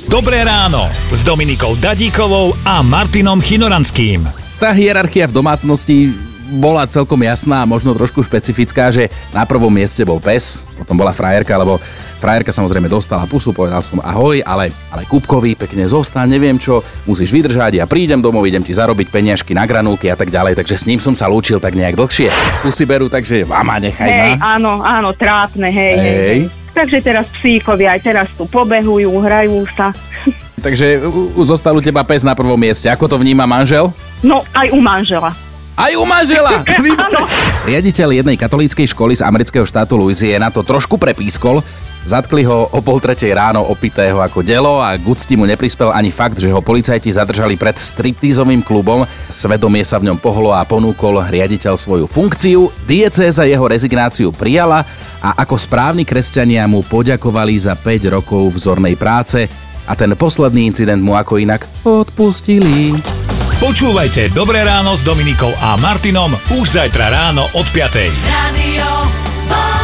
Dobré ráno s Dominikou Dadíkovou a Martinom Chinoranským. Tá hierarchia v domácnosti bola celkom jasná a možno trošku špecifická, že na prvom mieste bol pes, potom bola frajerka, lebo frajerka samozrejme dostala pusu, povedal som ahoj, ale Kúbkovi pekne zostaň, neviem čo, musíš vydržať, ja prídem domov, idem ti zarobiť peniažky na granulky a tak ďalej, takže s ním som sa lúčil tak nejak dlhšie. Pusy berú, takže mama, nechaj ma. Áno, trápne, hej. Takže teraz psíkovi aj teraz tu pobehujú, hrajú sa. Takže zostal u teba pes na prvom mieste. Ako to vníma manžel? No, aj u manžela. Aj u manžela! Riaditeľ jednej katolíckej školy z amerického štátu Louisiana to trošku prepískol. Zatkli ho o 2:30 ráno opitého ako delo a k úcti mu neprispel ani fakt, že ho policajti zadržali pred striptízovým klubom. Svedomie sa v ňom pohlo a ponúkol riaditeľ svoju funkciu. Diecéza jeho rezignáciu prijala a ako správni kresťania mu poďakovali za 5 rokov vzornej práce a ten posledný incident mu ako inak odpustili. Počúvajte Dobré ráno s Dominikou a Martinom už zajtra ráno od 5:00.